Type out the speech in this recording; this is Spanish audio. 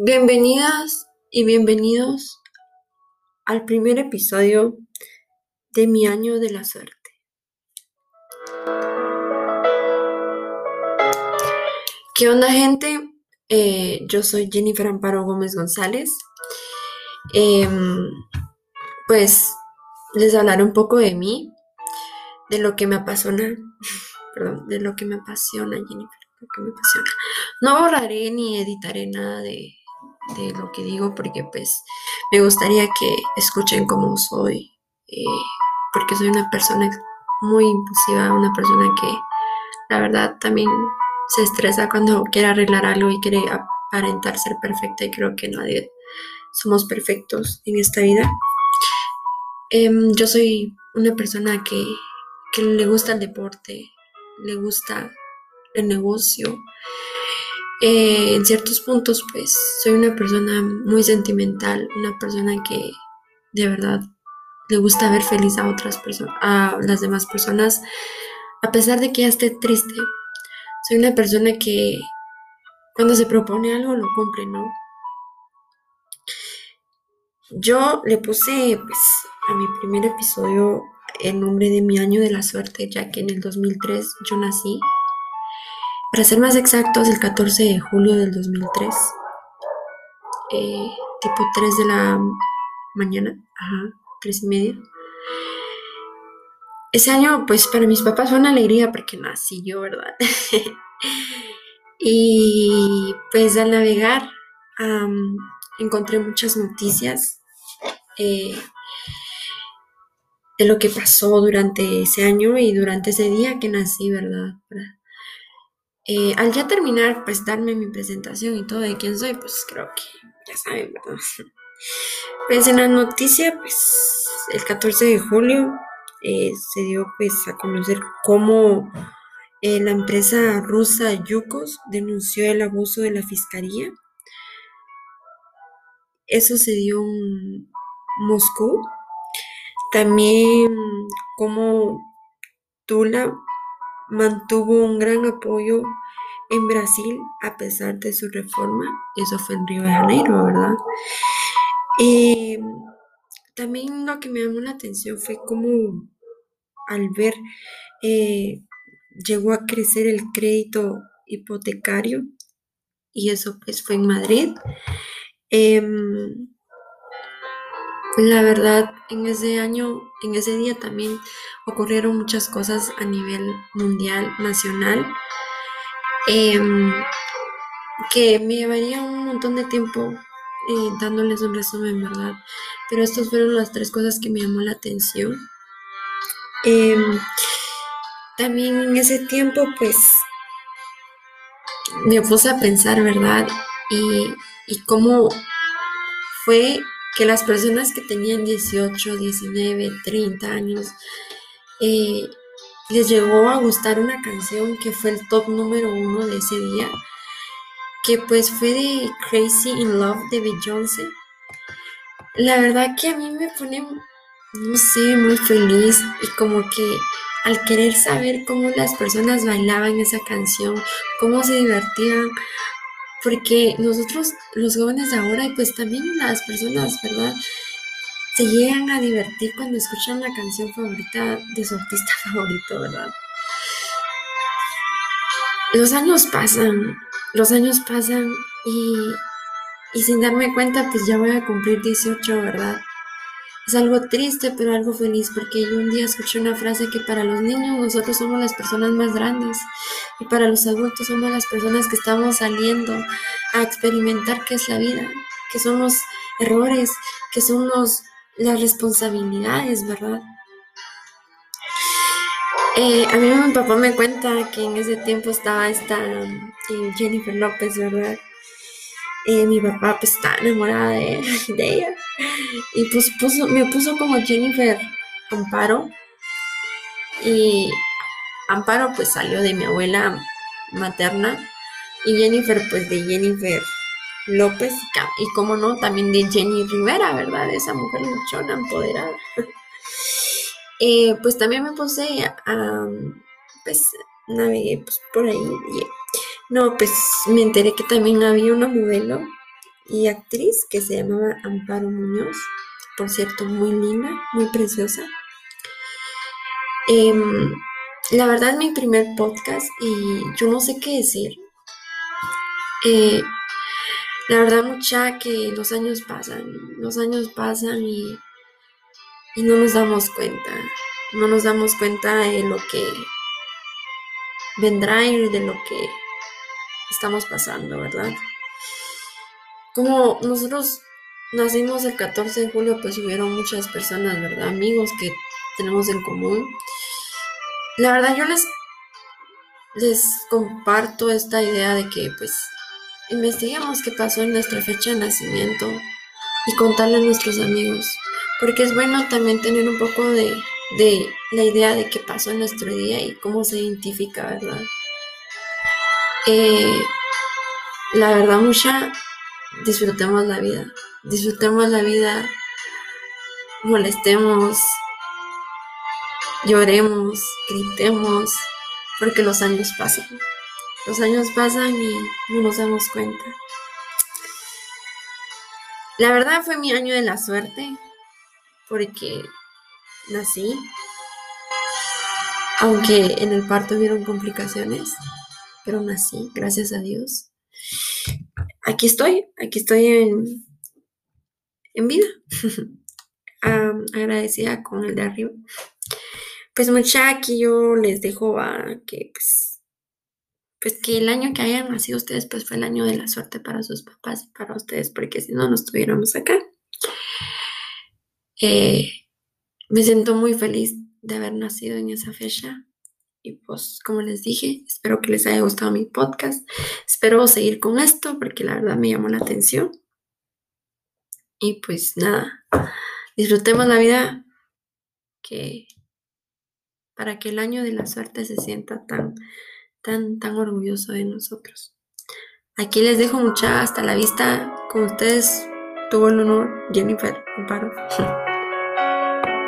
Bienvenidas y bienvenidos al primer episodio de mi año de la suerte. ¿Qué onda, gente? Yo soy Jennifer Amparo Gómez González. Pues les hablaré un poco de mí, de lo que me apasiona, de lo que me apasiona, Jennifer, lo que me apasiona. No borraré ni editaré nada de lo que digo porque pues me gustaría que escuchen cómo soy, eh, porque soy una persona muy impulsiva, una persona que la verdad también se estresa cuando quiere arreglar algo y quiere aparentar ser perfecta, y creo que nadie somos perfectos en esta vida. Yo soy una persona que le gusta el deporte, le gusta el negocio. En ciertos puntos, pues soy una persona muy sentimental, una persona que de verdad le gusta ver feliz a otras personas, a las demás personas, a pesar de que ya esté triste. Soy una persona que cuando se propone algo lo cumple, ¿no? Yo le puse, pues, a mi primer episodio el nombre de mi año de la suerte, ya que en el 2003 yo nací. Para ser más exactos, el 14 de julio del 2003, eh, tipo 3 de la mañana, ajá, 3:30. Ese año, pues, para mis papás fue una alegría porque nací yo, ¿verdad? Y pues al navegar, am, encontré muchas noticias eh, de lo que pasó durante ese año y durante ese día que nací, ¿verdad? Al ya terminar, pues darme mi presentación y todo de quién soy, pues creo que ya saben, ¿verdad? Pues en la noticia, pues el 14 de julio se dio pues a conocer cómo la empresa rusa Yukos denunció el abuso de la fiscalía. Eso se dio en Moscú. También como Tula mantuvo un gran apoyo en Brasil a pesar de su reforma. Eso fue en Río de Janeiro, ¿verdad? Y también lo que me llamó la atención fue cómo al ver eh, llegó a crecer el crédito hipotecario, y eso pues fue en Madrid. Em, la verdad, en ese año, en ese día también ocurrieron muchas cosas a nivel mundial, nacional, em, que me llevaría un montón de tiempo dándoles un resumen, ¿verdad? Pero estas fueron las tres cosas que me llamó la atención. Em, También en ese tiempo, pues, me puse a pensar, ¿verdad? Y cómo fue que las personas que tenían 18, 19, 30 años, eh, les llegó a gustar una canción que fue el top número uno de ese día, que pues fue de Crazy in Love de Beyoncé. La verdad que a mí me pone, no sé, muy feliz, y como que al querer saber cómo las personas bailaban esa canción, cómo se divertían, porque nosotros los jóvenes de ahora y pues también las personas, ¿verdad? Se llegan a divertir cuando escuchan la canción favorita de su artista favorito, ¿verdad? Los años pasan, los años pasan, y sin darme cuenta pues ya voy a cumplir 18, ¿verdad? Es algo triste, pero algo feliz, porque yo un día escuché una frase que para los niños nosotros somos las personas más grandes, y para los adultos somos las personas que estamos saliendo a experimentar qué es la vida, qué son los errores, qué son las responsabilidades, ¿verdad? A mí mi papá me cuenta que en ese tiempo estaba esta Jennifer López, ¿verdad? Mi papá pues estaba enamorada de ella, y pues me puso como Jennifer Amparo, y Amparo pues salió de mi abuela materna, y Jennifer pues de Jennifer López, y como no, también de Jenny Rivera, ¿verdad? Esa mujer luchona, empoderada. Pues también me puse pues navegué pues por ahí, y no, pues me enteré que también había una modelo y actriz que se llamaba Amparo Muñoz, por cierto, muy linda, muy preciosa. Em, la verdad es mi primer podcast y yo no sé qué decir. Eh, la verdad, mucha que los años pasan y no nos damos cuenta. No nos damos cuenta de lo que vendrá y de lo que estamos pasando, ¿verdad? Como nosotros nacimos el 14 de julio, pues hubieron muchas personas, ¿verdad? Amigos que tenemos en común. La verdad, yo les comparto esta idea de que, pues, investiguemos qué pasó en nuestra fecha de nacimiento y contarle a nuestros amigos, porque es bueno también tener un poco de la idea de qué pasó en nuestro día y cómo se identifica, ¿verdad? Eh, la verdad, mucha, disfrutemos la vida, molestemos, lloremos, gritemos, porque los años pasan y no nos damos cuenta. La verdad fue mi año de la suerte, porque nací, aunque en el parto hubieron complicaciones, pero nací, gracias a Dios. Aquí estoy en vida, agradecida con el de arriba. Pues mucha, aquí yo les dejo a que pues que el año que hayan nacido ustedes pues fue el año de la suerte para sus papás y para ustedes, porque si no, no estuviéramos acá. Eh, Me siento muy feliz de haber nacido en esa fecha. Y pues, como les dije, espero que les haya gustado mi podcast. Espero seguir con esto porque la verdad me llamó la atención. Y pues nada, disfrutemos la vida que para que el año de la suerte se sienta tan orgulloso de nosotros. Aquí les dejo mucha hasta la vista. Con ustedes tuvo el honor Jennifer Amparo.